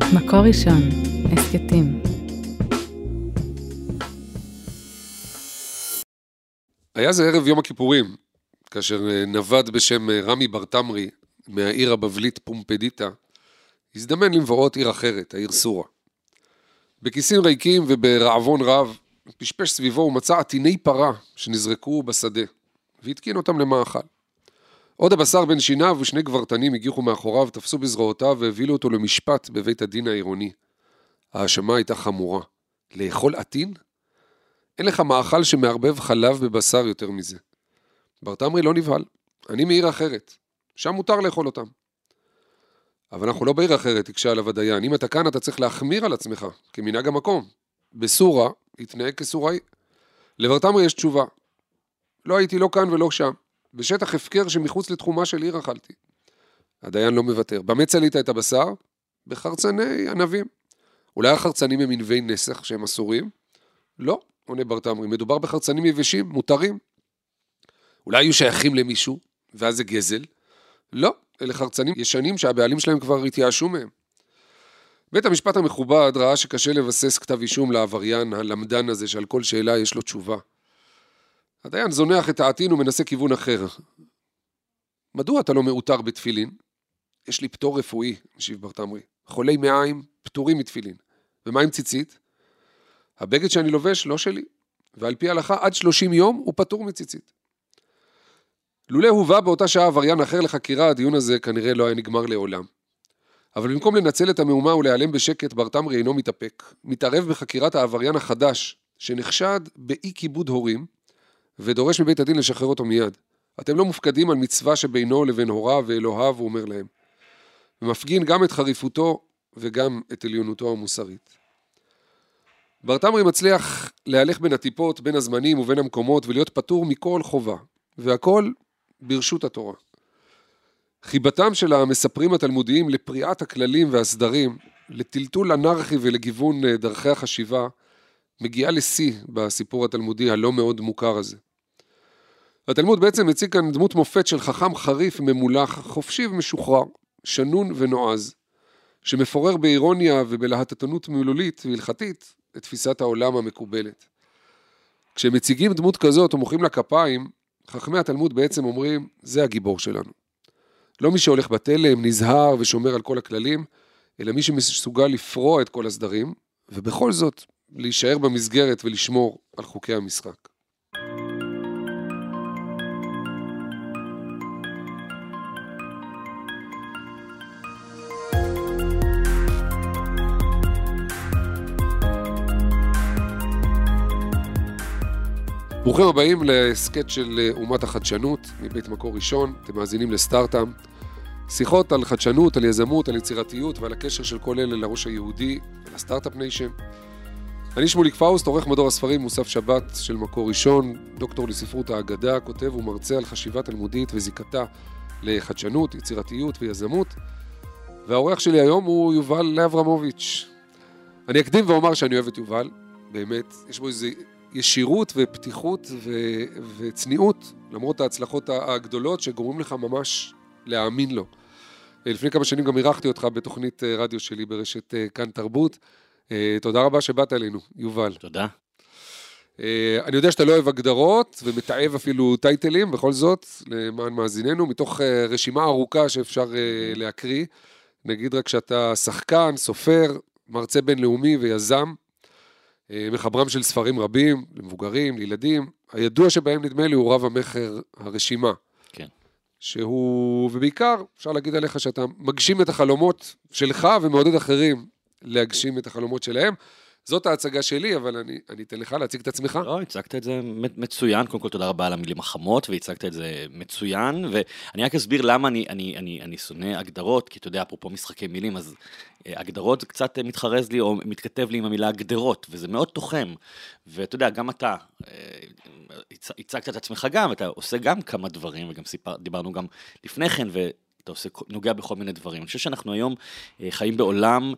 מקור ראשון, הסקטים. היה זה ערב יום הכיפורים, כאשר נווד בשם רמי ברטמרי מהעיר הבבלית פומפדיטה, הזדמן למבואות עיר אחרת, העיר סורה. בכיסים ריקים וברעבון רב, פשפש סביבו ומצא עטיני פרה שנזרקו בשדה, והתקין אותם למאכל. עוד הבשר בין שיניו ושני גברתנים הגיחו מאחוריו, תפסו בזרועותיו והבילו אותו למשפט בבית הדין העירוני. האשמה הייתה חמורה. לאכול עטין? אין לך מאכל שמערבב חלב בבשר יותר מזה. ברטמרי לא נבהל. אני מעיר אחרת. שם מותר לאכול אותם. אבל אנחנו לא בעיר אחרת, הקשה עליו הדיין. אם אתה כאן, אתה צריך להחמיר על עצמך, כמנהג המקום. בסורה, התנהג כסוראי. לברטמרי יש תשובה. לא הייתי לא כאן ולא שם. בשטח הפקר שמחוץ לתחומה של עיר אכלתי. הדיין לא מוותר. במה צלית את הבשר? בחרצני ענבים. אולי החרצנים הם ענבי נסח שהם אסורים? לא, עונה ברטמרי. מדובר בחרצנים יבשים, מותרים. אולי היו שייכים למישהו, ואז זה גזל? לא, אלה חרצנים ישנים שהבעלים שלהם כבר התייאשו מהם. בית המשפט המכובד ראה שקשה לבסס כתב אישום לעבריין הלמדן הזה שעל כל שאלה יש לו תשובה. הדיין זונח את העתין ומנסה כיוון אחר. מדוע אתה לא מאותר בתפילין? יש לי פטור רפואי, משיב ברטמרי. חולי מעיים פטורים מתפילין. ומה עם ציצית? הבגד שאני לובש לא שלי. ועל פי ההלכה עד 30 יום הוא פטור מציצית. לולא הובא באותה שעה עבריין אחר לחקירה, הדיון הזה כנראה לא היה נגמר לעולם. אבל במקום לנצל את המהומה ולהיעלם בשקט, ברטמרי אינו מתאפק. מתערב בחקירת העבריין החדש, שנחשד באי כיבוד הורים, ודורש מבית הדין לשחרר אותו מיד. אתם לא מופקדים על מצווה שבינו לבין הוריו ואלוהיו, הוא אומר להם. ומפגין גם את חריפותו וגם את עליונותו המוסרית. ברטמרי מצליח להלך בין הטיפות, בין הזמנים ובין המקומות, ולהיות פטור מכל חובה. והכל ברשות התורה. חיבתם של המספרים התלמודיים לפריעת הכללים והסדרים, לטלטול אנרכי ולגיוון דרכי החשיבה, מגיעה לשיא בסיפור התלמודי הלא מאוד מוכר הזה. התלמוד בעצם מציג כאן דמות מופת של חכם חריף ממולח, חופשי ומשוחרר, שנון ונועז, שמפורר באירוניה ובלהטטנות מילולית והלכתית את תפיסת העולם המקובלת. כשמציגים דמות כזאת ומוחאים לה כפיים, חכמי התלמוד בעצם אומרים, זה הגיבור שלנו. לא מי שהולך בתלם, נזהר ושומר על כל הכללים, אלא מי שמסוגל לפרוע את כל הסדרים, ובכל זאת להישאר במסגרת ולשמור על חוקי המשחק. ברוכים הבאים לסקט של אומת החדשנות, מבית מקור ראשון. אתם מאזינים לסטארט-אפ, שיחות על חדשנות, על יזמות, על יצירתיות ועל הקשר של כל אלה לראש היהודי, על הסטארט-אפ ניישן. אני שמוליק פאוסט, עורך מדור הספרים מוסף שבת של מקור ראשון, דוקטור לספרות האגדה, כותב ומרצה על חשיבה תלמודית וזיקתה לחדשנות, יצירתיות ויזמות. והעורך שלי היום הוא יובל לאברמוביץ'. אני אקדים ואומר שאני אוהב את יובל, באמת, יש בו איזה ישירות ופתיחות וצניעות, למרות ההצלחות הגדולות שגורמים לך ממש להאמין לו. לפני כמה שנים גם אירחתי אותך בתוכנית רדיו שלי ברשת כאן תרבות. תודה רבה שבאת אלינו, יובל. תודה. אני יודע שאתה לא אוהב הגדרות ומתעב אפילו טייטלים, בכל זאת, למען מאזיננו, מתוך רשימה ארוכה שאפשר להקריא. נגיד רק שאתה שחקן, סופר, מרצה בינלאומי ויזם, מחברם של ספרים רבים, למבוגרים, לילדים. הידוע שבהם נדמה לי הוא רב המחר הרשימה. כן. שהוא, ובעיקר אפשר להגיד עליך שאתה מגשים את החלומות שלך ומעודד אחרים להגשים את החלומות שלהם. זאת ההצגה שלי, אבל אני אתן לך להציג את עצמך. לא, הצגת את זה מצוין, קודם כל תודה רבה על המילים החמות, והצגת את זה מצוין, ואני רק אסביר למה אני שונא הגדרות, כי אתה יודע, אפרופו משחקי מילים, אז הגדרות זה קצת מתחרז לי, או מתכתב לי עם המילה הגדרות, וזה מאוד תוחם, ואתה יודע, גם אתה הצגת את עצמך גם, אתה עושה גם כמה דברים, וגם דיברנו גם לפני כן, אתה עושה, נוגע בכל מיני דברים. אני חושב שאנחנו היום חיים בעולם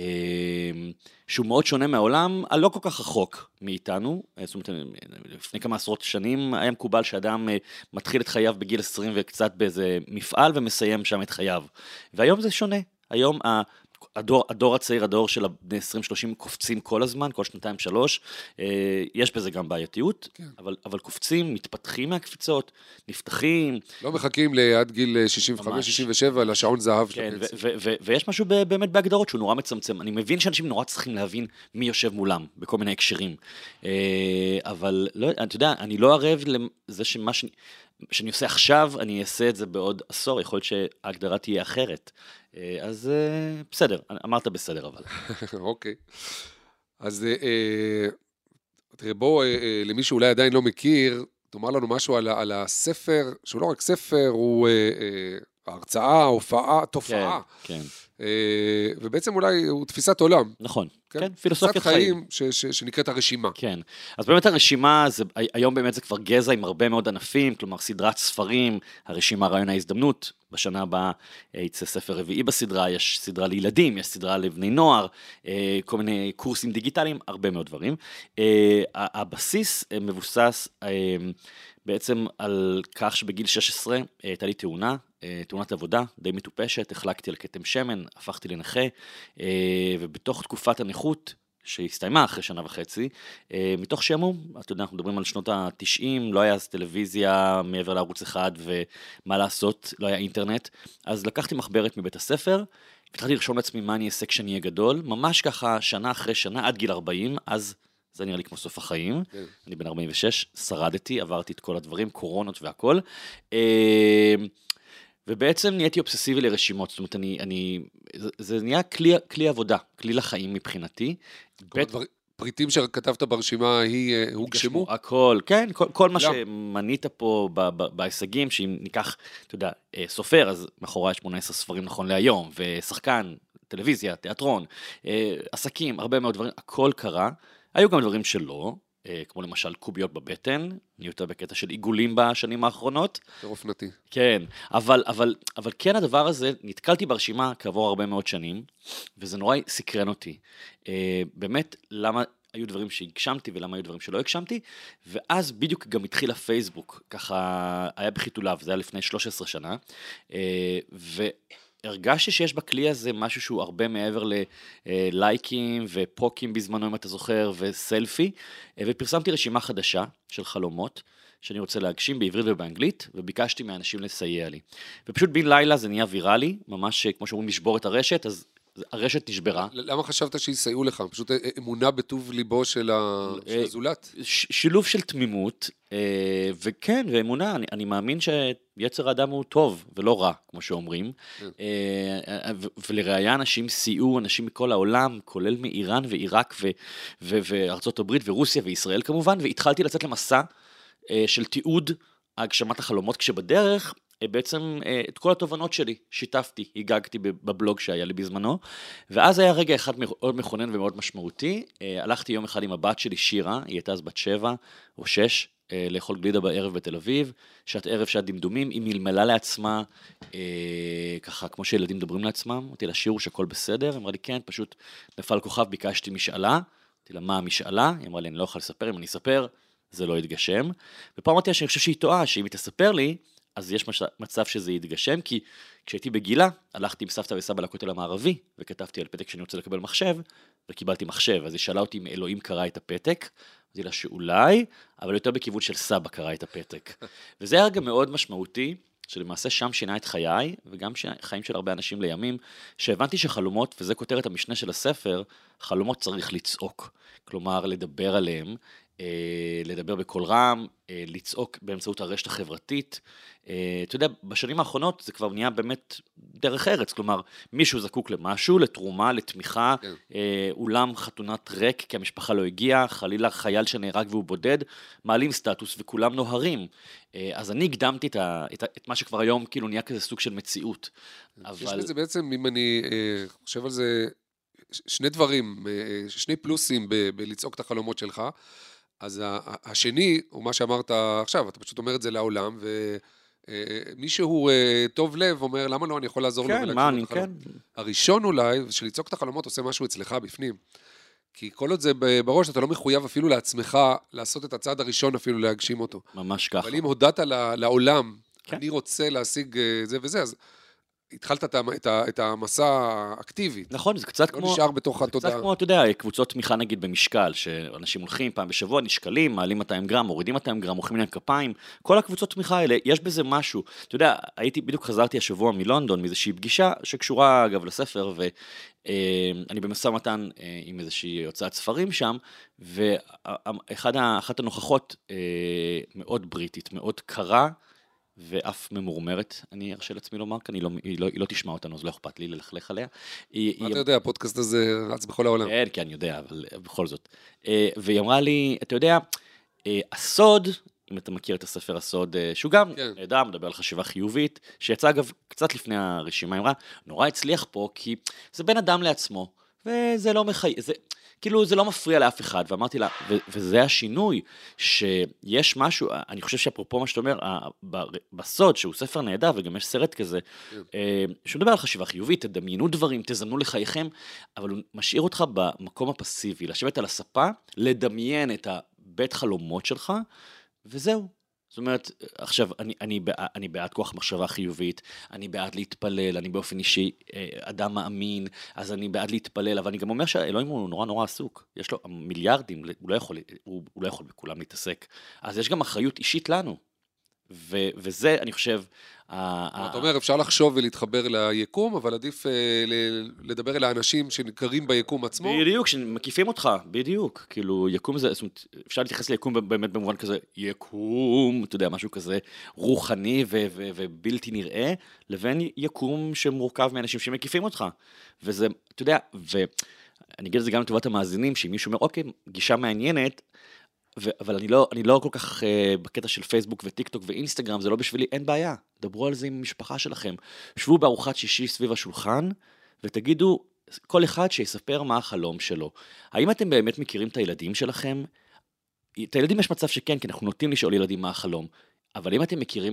שהוא מאוד שונה מהעולם הלא כל כך רחוק מאיתנו. זאת אומרת, לפני כמה עשרות שנים היה מקובל שאדם מתחיל את חייו בגיל 20 וקצת באיזה מפעל ומסיים שם את חייו. והיום זה שונה. היום הדור הצעיר, הדור של בני 20-30 קופצים כל הזמן, כל 2-3, יש בזה גם בעייתיות, כן. אבל קופצים, מתפתחים מהקפיצות, נפתחים. לא מחכים עד גיל 65-67 לשעון זהב של כן, הפנסיה. ויש משהו באמת בהגדרות שהוא נורא מצמצם. אני מבין שאנשים נורא צריכים להבין מי יושב מולם, בכל מיני הקשרים. אבל לא, אתה יודע, אני לא ערב לזה שאני עושה עכשיו, אני אעשה את זה בעוד עשור, יכול להיות שההגדרה תהיה אחרת. אז בסדר, אמרת בסדר אבל. אוקיי. אז תראה, בוא, למי שאולי עדיין לא מכיר, תאמר לנו משהו על הספר, שהוא לא רק ספר, הוא הרצאה, הופעה, תופעה. כן. ובעצם אולי הוא תפיסת עולם. נכון, כן, כן, פילוסופיית חיים. שנקראת הרשימה. כן, אז באמת הרשימה, היום באמת זה כבר גזע עם הרבה מאוד ענפים, כלומר סדרת ספרים, הרשימה רעיון ההזדמנות, בשנה הבאה יצא ספר רביעי בסדרה, יש סדרה לילדים, יש סדרה לבני נוער, כל מיני קורסים דיגיטליים, הרבה מאוד דברים. הבסיס מבוסס בעצם על כך שבגיל 16 הייתה לי תאונת עבודה, די מטופשת, החלקתי על כתם שמן, הפכתי לנכה, ובתוך תקופת הנכות, שהסתיימה אחרי 1.5 שנה, מתוך שעמום, אתה יודע, אנחנו מדברים על שנות ה-90, לא היה אז טלוויזיה מעבר לערוץ אחד, ומה לעשות, לא היה אינטרנט, אז לקחתי מחברת מבית הספר, והתחלתי לרשום לעצמי מה אני אעשה כשאני אהיה גדול, ממש ככה שנה אחרי שנה, עד גיל 40, אז זה נראה לי כמו סוף החיים, אני בן 46, שרדתי, עברתי את כל הדברים, קורונות והכל, ובעצם נהייתי אובססיבי לרשימות, זאת אומרת, זה נהיה כלי עבודה, כלי לחיים מבחינתי. פריטים שכתבת ברשימה היא הוגשמו? הכל, כן, כל מה שמנית פה בהישגים, שאם ניקח, אתה יודע, סופר, אז מאחורי 18 ספרים נכון להיום, ושחקן, טלוויזיה, תיאטרון, עסקים, הרבה מאוד דברים, הכל קרה. היו גם דברים שלא, כמו למשל קוביות בבטן, אני יותר בקטע של עיגולים בשנים האחרונות. אופנתי. כן, אבל כן הדבר הזה, נתקלתי ברשימה כעבור הרבה מאוד שנים, וזה נורא סקרן אותי. באמת, למה היו דברים שהגשמתי ולמה היו דברים שלא הגשמתי, ואז בדיוק גם התחיל הפייסבוק, ככה היה בחיתוליו, זה היה לפני 13 שנה, הרגשתי שיש בכלי הזה משהו שהוא הרבה מעבר ללייקים ופוקים בזמנו, אם אתה זוכר, וסלפי, ופרסמתי רשימה חדשה של חלומות, שאני רוצה להגשים בעברית ובאנגלית, וביקשתי מאנשים לסייע לי. ופשוט בין לילה זה נהיה ויראלי, ממש כמו שאומרים לשבור את הרשת, אז הרשת נשברה. למה חשבת שיסייעו לך? פשוט אמונה בטוב ליבו של הזולת? שילוב של תמימות, וכן, ואמונה, אני מאמין שיצר האדם הוא טוב ולא רע, כמו שאומרים, ולראיה אנשים סייעו, אנשים מכל העולם, כולל מאיראן ועיראק וארצות הברית ורוסיה וישראל כמובן, והתחלתי לצאת למסע של תיעוד הגשמת החלומות, כשבדרך בעצם את כל התובנות שלי שיתפתי, הגגתי בבלוג שהיה לי בזמנו, ואז היה רגע אחד מאוד מכונן ומאוד משמעותי, הלכתי יום אחד עם הבת שלי שירה, היא הייתה אז בת 7 או 6, לאכול גלידה בערב בתל אביב, שעת ערב שעת דמדומים, היא מלמלה לעצמה, ככה כמו שילדים מדברים לעצמם, אמרתי לה שירו שהכל בסדר, אמרה לי כן, פשוט נפל כוכב, ביקשתי משאלה, אמרתי לה מה המשאלה, היא אמרה לי אני לא יכול לספר, אם אני אספר זה לא יתגשם, ופעם אמרתי לה שאני חושב שהיא טועה, שאם היא תספר לי, אז יש מצב שזה יתגשם, כי כשהייתי בגילה, הלכתי עם סבתא וסבא לכותל המערבי, וכתבתי על פתק שאני רוצה לקבל מחשב, וקיבלתי מחשב, אז היא שאלה אותי אם אלוהים קרא את הפתק, אמרתי לה שאולי, אבל יותר בכיוון של סבא קרא את הפתק. וזה היה רגע מאוד משמעותי, שלמעשה שם שינה את חיי, וגם חיים של הרבה אנשים לימים, שהבנתי שחלומות, וזה כותרת המשנה של הספר, חלומות צריך לצעוק, כלומר לדבר עליהם, לדבר בקול רם, לצעוק באמצעות הרשת החברתית. אתה יודע, בשנים האחרונות זה כבר נהיה באמת דרך ארץ, כלומר, מישהו זקוק למשהו, לתרומה, לתמיכה, אולם חתונת ריק, כי המשפחה לא הגיעה, חלילה חייל שנהרג והוא בודד, מעלים סטטוס וכולם נוהרים. אז אני הקדמתי את מה שכבר היום כאילו נהיה כזה סוג של מציאות. יש לזה בעצם, אם אני חושב על זה, שני דברים, שני פלוסים בלצעוק את החלומות שלך, אז השני, הוא מה שאמרת עכשיו, אתה פשוט אומר את זה לעולם, ומישהו טוב לב אומר, למה לא, אני יכול לעזור לו ולהגשים את החלום. הראשון אולי, שלצעוק את החלומות עושה משהו אצלך בפנים, כי כל עוד זה בראש, אתה לא מחויב אפילו לעצמך, לעשות את הצעד הראשון אפילו להגשים אותו. ממש ככה. אבל אם הודעת לעולם, אני רוצה להשיג זה וזה, אז התחלת את המסע האקטיבית. נכון, זה קצת כמו... לא נשאר בתוך התודעה. זה קצת כמו, אתה יודע, קבוצות תמיכה נגיד במשקל, שאנשים הולכים פעם בשבוע, נשקלים, מעלים 200 גרם, מורידים 200 גרם, מוחאים להם כפיים, כל הקבוצות תמיכה האלה, יש בזה משהו. אתה יודע, בדיוק חזרתי השבוע מלונדון, מאיזושהי פגישה שקשורה אגב לספר, ואני במשא ומתן עם איזושהי הוצאת ספרים שם, ואחת הנוכחות מאוד בריטית, מאוד קרה, ואף ממורמרת, אני ארשה לעצמי לומר, כי היא לא תשמע אותנו, אז לא אכפת לי ללכלך עליה. מה אתה יודע, הפודקאסט הזה רץ בכל העולם. כן, כן, אני יודע, אבל בכל זאת. והיא אמרה לי, אתה יודע, הסוד, אם אתה מכיר את הספר הסוד, שהוא גם נהדר, מדבר על חשיבה חיובית, שיצא אגב קצת לפני הרשימה, היא אמרה, נורא הצליח פה, כי זה בן אדם לעצמו, וזה לא כאילו זה לא מפריע לאף אחד, ואמרתי לה, וזה השינוי, שיש משהו, אני חושב שאפרופו מה שאתה אומר, בסוד, שהוא ספר נהדר, וגם יש סרט כזה, שהוא מדבר על חשיבה חיובית, תדמיינו דברים, תזמנו לחייכם, אבל הוא משאיר אותך במקום הפסיבי, לשבת על הספה, לדמיין את הבית חלומות שלך, וזהו. זאת אומרת, עכשיו, אני בעד כוח מחשבה חיובית, אני בעד להתפלל, אני באופן אישי אדם מאמין, אז אני בעד להתפלל, אבל אני גם אומר שהאלוהים הוא נורא נורא עסוק, יש לו מיליארדים, הוא לא יכול בכולם להתעסק, אז יש גם אחריות אישית לנו, וזה, אני חושב... אתה אומר, אפשר לחשוב ולהתחבר ליקום, אבל עדיף לדבר אל האנשים שנקרים ביקום עצמו. בדיוק, שמקיפים אותך, בדיוק. כאילו, יקום זה, זאת אומרת, אפשר להתייחס ליקום באמת במובן כזה, יקום, אתה יודע, משהו כזה רוחני ובלתי נראה, לבין יקום שמורכב מאנשים שמקיפים אותך. וזה, אתה יודע, ואני אגיד את זה גם לטובת המאזינים, שאם מישהו אומר, אוקיי, גישה מעניינת, אבל אני לא כל כך בקטע של פייסבוק וטיקטוק ואינסטגרם, זה לא בשבילי, אין בעיה. דברו על זה עם המשפחה שלכם. שבו בארוחת שישי סביב השולחן, ותגידו, כל אחד שיספר מה החלום שלו. האם אתם באמת מכירים את הילדים שלכם? את הילדים יש מצב שכן, כי אנחנו נוטים לשאול ילדים מה החלום. אבל אם אתם מכירים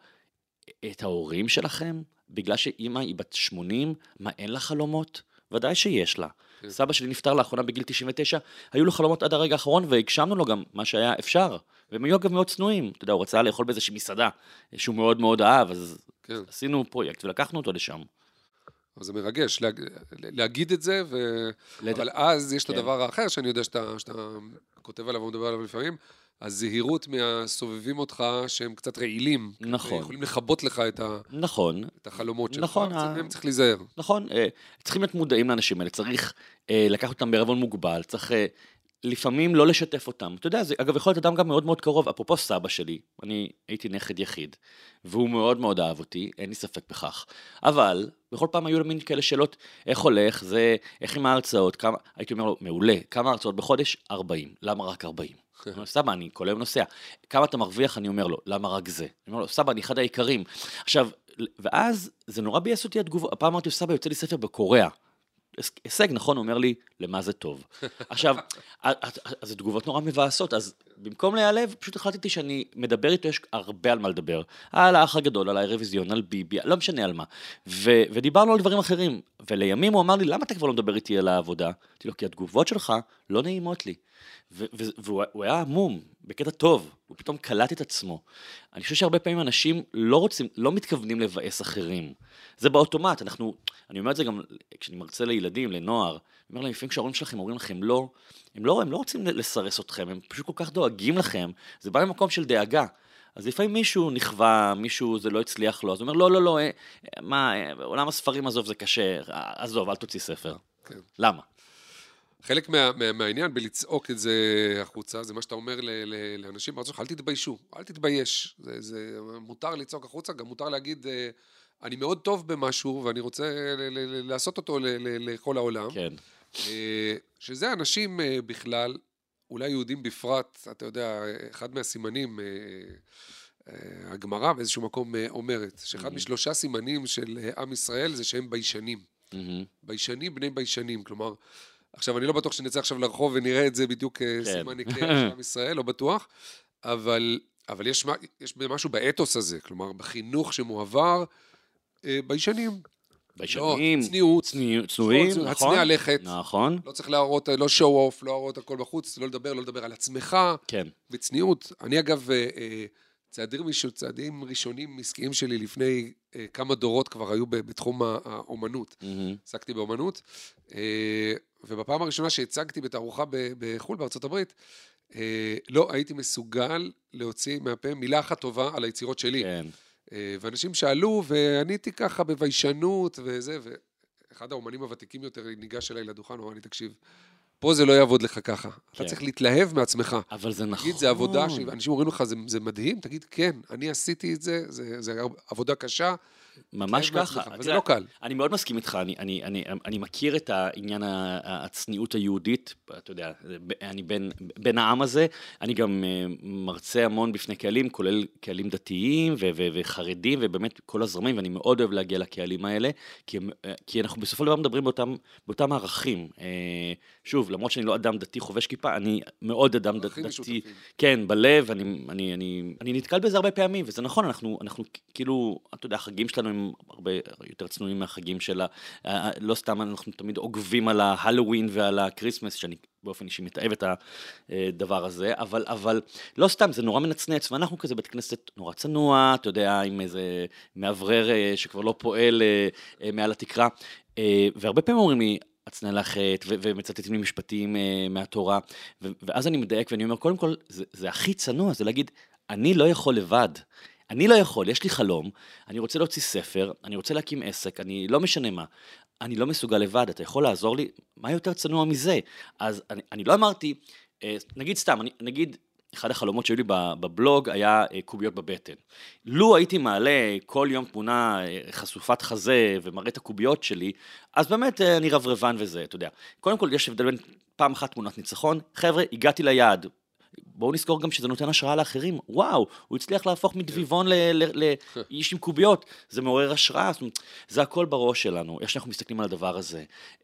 את ההורים שלכם, בגלל שאמא היא בת 80, מה אין לה חלומות? ודאי שיש לה. סבא שלי נפטר לאחרונה בגיל 99, היו לו חלומות עד הרגע האחרון, והגשמנו לו גם מה שהיה אפשר. והם היו אגב מאוד צנועים. אתה יודע, הוא רצה לאכול באיזושהי מסעדה, שהוא מאוד מאוד אהב, אז עשינו פרויקט ולקחנו אותו לשם. אבל זה מרגש, להגיד את זה, אבל אז יש את הדבר האחר, שאני יודע שאתה כותב עליו ומדבר עליו לפעמים, הזהירות מהסובבים אותך שהם קצת רעילים. נכון. יכולים לחבות לך את החלומות שלך. נכון. הם צריך להיזהר. נכון. צריכים להיות מודעים לאנשים האלה. צריך לקחת אותם בערבון מוגבל. צריך לפעמים לא לשתף אותם. אתה יודע, זה אגב יכול להיות אדם גם מאוד מאוד קרוב. אפרופו סבא שלי, אני הייתי נכד יחיד, והוא מאוד מאוד אהב אותי, אין לי ספק בכך. אבל בכל פעם היו למין כאלה שאלות, איך הולך, איך עם ההרצאות, הייתי אומר לו, מעולה, כמה הרצאות בחודש? 40. למה רק 40? סבא, אני כל היום נוסע. כמה אתה מרוויח? אני אומר לו, למה רק זה? אני אומר לו, סבא, אני אחד העיקרים. עכשיו, ואז זה נורא בייס אותי התגובה. הפעם אמרתי, סבא, יוצא לי ספר בקוריאה. הישג, נכון, הוא אומר לי, למה זה טוב? עכשיו, אז התגובות נורא מבאסות, אז במקום להיעלב, פשוט החלטתי שאני מדבר איתו, יש הרבה על מה לדבר. על האח הגדול, על האירוויזיון, על ביבי, לא משנה על מה. ודיברנו על דברים אחרים. ולימים הוא אמר לי, למה אתה כבר לא מדבר איתי על העבודה? אמרתי לו, כי התגובות שלך לא נעימות לי. והוא היה עמום, בקטע טוב, הוא פתאום קלט את עצמו. אני חושב שהרבה פעמים אנשים לא מתכוונים לבאס אחרים. זה באוטומט, אני אומר את זה גם כשאני מרצה לילדים, לנוער, אני אומר להם, לפעמים כשההורים שלכם אומרים לכם לא, הם לא רוצים לסרס אתכם, הם פשוט כל כך דואגים לכם, זה בא ממקום של דאגה. אז לפעמים מישהו נכווה, מישהו זה לא הצליח לו, אז הוא אומר, לא, מה, עולם הספרים עזוב זה קשה, עזוב, אל תוציא ספר. למה? חלק מהעניין בלצעוק את זה החוצה, זה מה שאתה אומר לאנשים, אל תתביישו, אל תתבייש, זה מותר לצעוק החוצה, גם מותר להגיד, אני מאוד טוב במשהו, ואני רוצה לעשות אותו לכל העולם. כן. שזה אנשים בכלל, אולי יהודים בפרט, אתה יודע, אחד מהסימנים, הגמרא באיזשהו מקום אומרת, שאחד משלושה סימנים של עם ישראל זה שהם ביישנים. ביישנים בני ביישנים, כלומר, עכשיו, אני לא בטוח שנצא עכשיו לרחוב ונראה את זה בדיוק סימן נקרא של עם ישראל, לא בטוח, אבל יש משהו באתוס הזה, כלומר, בחינוך שמועבר, ביישנים. ביישנים, צנועים, נכון. הצניע לכת. נכון. לא צריך להראות, לא show off, לא להראות הכל בחוץ, לא לדבר על עצמך. כן. בצניעות. אני אגב, צעדים ראשונים עסקיים שלי לפני כמה דורות כבר היו בתחום האומנות. עסקתי באומנות, ובפעם הראשונה שהצגתי בתערוכה בחו"ל, בארצות הברית, לא הייתי מסוגל להוציא מהפה מילה אחת טובה על היצירות שלי. כן. ואנשים שאלו, ועניתי ככה בביישנות וזה, ואחד האומנים הוותיקים יותר ניגש אליי לדוכן, הוא אמר לי, תקשיב, פה זה לא יעבוד לך ככה. אתה צריך להתלהב מעצמך. אבל זה נכון. תגיד, זה עבודה, אנשים אומרים לך, זה מדהים, תגיד, כן, אני עשיתי את זה, זה עבודה קשה. ממש ככה. וזה לא קל. אני מאוד מסכים איתך, אני מכיר את העניין הצניעות היהודית, אתה יודע, אני בין העם הזה, אני גם מרצה המון בפני קהלים, כולל קהלים דתיים וחרדים, ובאמת כל הזרמים, ואני מאוד אוהב להגיע לקהלים האלה, כי אנחנו בסופו של דבר מדברים באותם ערכים. שוב, למרות שאני לא אדם דתי חובש כיפה, אני מאוד אדם דתי, כן, בלב, אני נתקל בזה הרבה פעמים, וזה נכון, אנחנו כאילו, אתה יודע, החגים שלנו הם הרבה יותר צנועים מהחגים שלה, לא סתם אנחנו תמיד עוגבים על ההלווין ועל הקריסמס, שאני באופן אישי מתאהב את הדבר הזה, אבל לא סתם, זה נורא מנצנץ, ואנחנו כזה בית כנסת נורא צנוע, אתה יודע, עם איזה מאוורר שכבר לא פועל מעל התקרה, והרבה פעמים אומרים לי, הצנע לחט, ומצטטים לי משפטים מהתורה, ואז אני מדייק ואני אומר, קודם כל, זה הכי צנוע, זה להגיד, אני לא יכול לבד, אני לא יכול, יש לי חלום, אני רוצה להוציא ספר, אני רוצה להקים עסק, אני לא משנה מה, אני לא מסוגל לבד, אתה יכול לעזור לי? מה יותר צנוע מזה? אז אני לא אמרתי, נגיד סתם, נגיד, אחד החלומות שהיו לי בבלוג היה קוביות בבטן. לו הייתי מעלה כל יום תמונה חשופת חזה ומראה את הקוביות שלי, אז באמת אני רברבן וזה, אתה יודע. קודם כל יש הבדל בין פעם אחת תמונת ניצחון, חבר'ה, הגעתי ליעד. בואו נזכור גם שזה נותן השראה לאחרים. וואו, הוא הצליח להפוך מדביבון לאיש עם קוביות. זה מעורר השראה. זה הכל בראש שלנו, איך שאנחנו מסתכלים על הדבר הזה.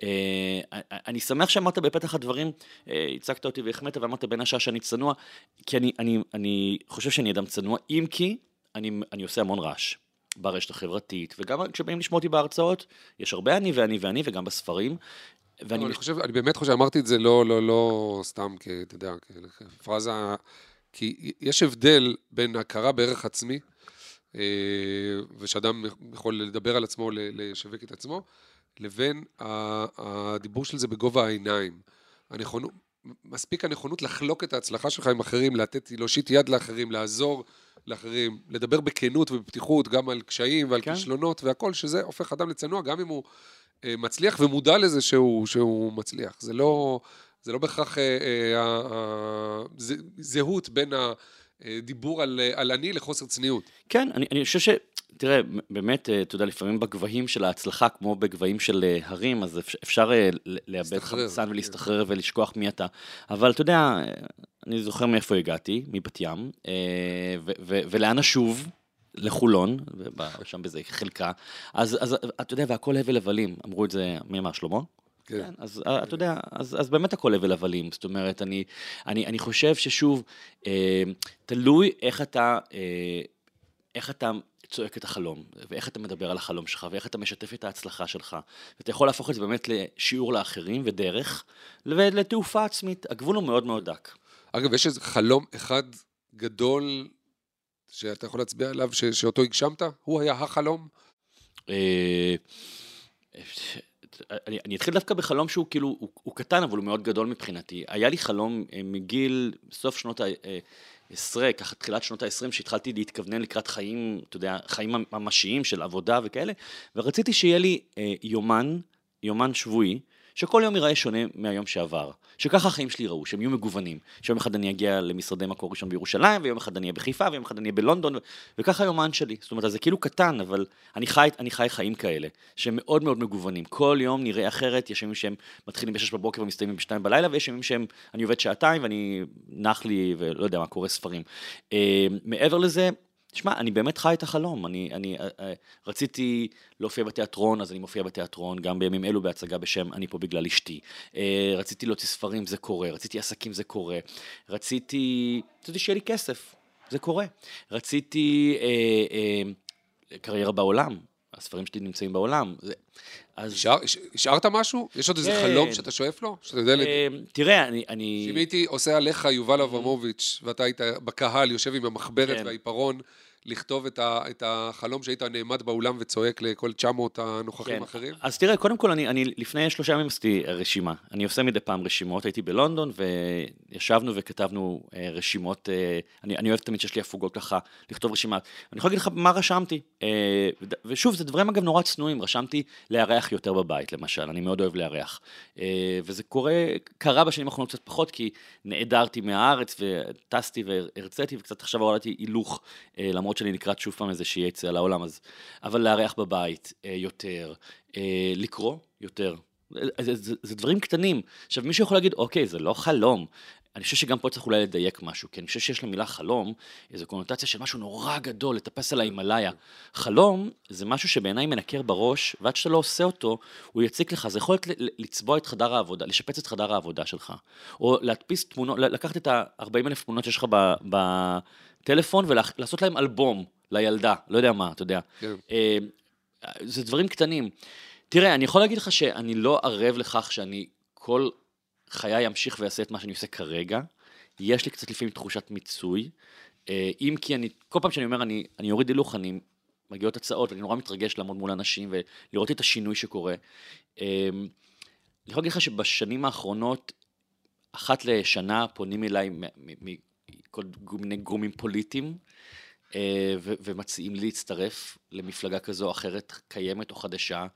אני שמח שאמרת בפתח הדברים, הצגת אותי והחמאת ואמרת בין השעה שאני צנוע, כי אני חושב שאני אדם צנוע, אם כי אני עושה המון רעש ברשת החברתית, וגם כשבאים לשמוע אותי בהרצאות, יש הרבה אני ואני ואני, וגם בספרים, אני באמת חושב, אמרתי את זה לא סתם, אתה יודע, כפרזה, כי יש הבדל בין הכרה בערך עצמי, ושאדם יכול לדבר על עצמו, לשווק את עצמו, לבין הדיבור של זה בגובה העיניים. מספיק הנכונות לחלוק את ההצלחה שלך עם אחרים, להושיט יד לאחרים, לעזור לאחרים, לדבר בכנות ובפתיחות, גם על קשיים ועל כישלונות והכל, שזה הופך אדם לצנוע, גם אם הוא מצליח ומודע לזה שהוא מצליח. זה לא בהכרח זהות בין הדיבור על אני לחוסר צניעות. כן, אני חושב תראה, באמת, אתה יודע, לפעמים בגבהים של ההצלחה, כמו בגבהים של הרים, אז אפשר לאבד חמצן ולהסתחרר ולשכוח מי אתה. אבל אתה יודע, אני זוכר מאיפה הגעתי, מבת ים, ולאן אשוב, לחולון, שם בזה חלקה, אז אתה יודע, והכל הבל הבלים, אמרו את זה, מי אמר, שלמה? כן, אז אתה יודע, אז באמת הכל הבל הבלים, זאת אומרת, אני חושב ששוב, תלוי איך אתה צועק את החלום, ואיך אתה מדבר על החלום שלך, ואיך אתה משתף את ההצלחה שלך, ואתה יכול להפוך את זה באמת לשיעור לאחרים, ודרך, ולתעופה עצמית, הגבול הוא מאוד מאוד דק. אגב, יש איזה חלום אחד גדול, שאתה יכול להצביע עליו, שאותו הגשמת? הוא היה החלום? אני אתחיל דווקא בחלום שהוא כאילו, הוא קטן, אבל הוא מאוד גדול מבחינתי. היה לי חלום מגיל סוף שנות ה-10, ככה תחילת שנות ה-20, שהתחלתי להתכוונן לקראת חיים, אתה יודע, חיים ממשיים של עבודה וכאלה, ורציתי שיהיה לי יומן שבועי, שכל יום ייראה שונה מהיום שעבר, שככה החיים שלי ראו, שהם יהיו מגוונים, שיום אחד אני אגיע למשרדי מקור ראשון בירושלים, ויום אחד אני אהיה בחיפה, ויום אחד אני אהיה בלונדון, וככה היומן שלי. זאת אומרת, זה כאילו קטן, אבל אני חי חיים כאלה, שהם מאוד מאוד מגוונים. כל יום נראה אחרת, יש ימים שהם מתחילים ב-6 בבוקר ומסתיימים ב-2 בלילה, ויש ימים שהם, אני עובד שעתיים, ואני נח לי, ולא יודע מה, קורא ספרים. מעבר לזה, תשמע, אני באמת חי את החלום, אני רציתי להופיע בתיאטרון, אז אני מופיע בתיאטרון, גם בימים אלו בהצגה בשם אני פה בגלל אשתי. רציתי להוציא ספרים, זה קורה. רציתי עסקים, זה קורה. רציתי שיהיה לי כסף, זה קורה. רציתי קריירה בעולם, הספרים שלי נמצאים בעולם. השארת משהו? יש עוד איזה חלום שאתה שואף לו? שאתה יודע תראה, אני... אם הייתי עושה עליך יובל אברמוביץ', ואתה היית בקהל, יושב עם המחברת והעיפרון, לכתוב את החלום שהיית נעמד באולם וצועק לכל 900 הנוכחים האחרים? אז תראה, קודם כל, אני לפני 3 ימים עשיתי רשימה. אני עושה מדי פעם רשימות, הייתי בלונדון, וישבנו וכתבנו רשימות, אני אוהב תמיד שיש לי הפוגות ככה, לכתוב רשימה. אני יכול להגיד לך מה רשמתי, ושוב, זה דברים אגב נורא צנועים, רשמתי לארח יותר בבית, למשל, אני מאוד אוהב לארח. וזה קרה בשנים האחרונות קצת פחות, כי נעדרתי מהארץ, וטסתי והרציתי, וקצת עכשיו הורדתי הילוך, למרות שאני לקראת שוב פעם איזה שיהיה יצא לעולם, אבל לארח בבית יותר, לקרוא יותר. זה דברים קטנים. עכשיו, מישהו יכול להגיד, אוקיי, זה לא חלום. אני חושב שגם פה צריך אולי לדייק משהו, כי אני חושב שיש למילה חלום, איזו קונוטציה של משהו נורא גדול, לטפס על ההימלאיה. חלום זה משהו שבעיניי מנקר בראש, ועד שאתה לא עושה אותו, הוא יציק לך. זה יכול לצבוע את חדר העבודה, לשפץ את חדר העבודה שלך. או להדפיס תמונות, לקחת את ה-40,000 תמונות שיש לך בטלפון, ולעשות להם אלבום לילדה, לא יודע מה, אתה יודע. זה דברים קטנים. תראה, אני יכול להגיד לך שאני לא ערב לכך שאני כל חיי ימשיך ויעשה את מה שאני עושה כרגע. יש לי קצת לפעמים תחושת מיצוי. אם כי כל פעם שאני אומר, אני יוריד הילוך, אני מגיעות הצעות, ואני נורא מתרגש לעמוד מול אנשים, ולראות את השינוי שקורה. אני יכול להגיד לך שבשנים האחרונות, אחת לשנה פונים אליי מכל מיני גורמים פוליטיים, ומציעים להצטרף למפלגה כזו או אחרת, קיימת או חדשה.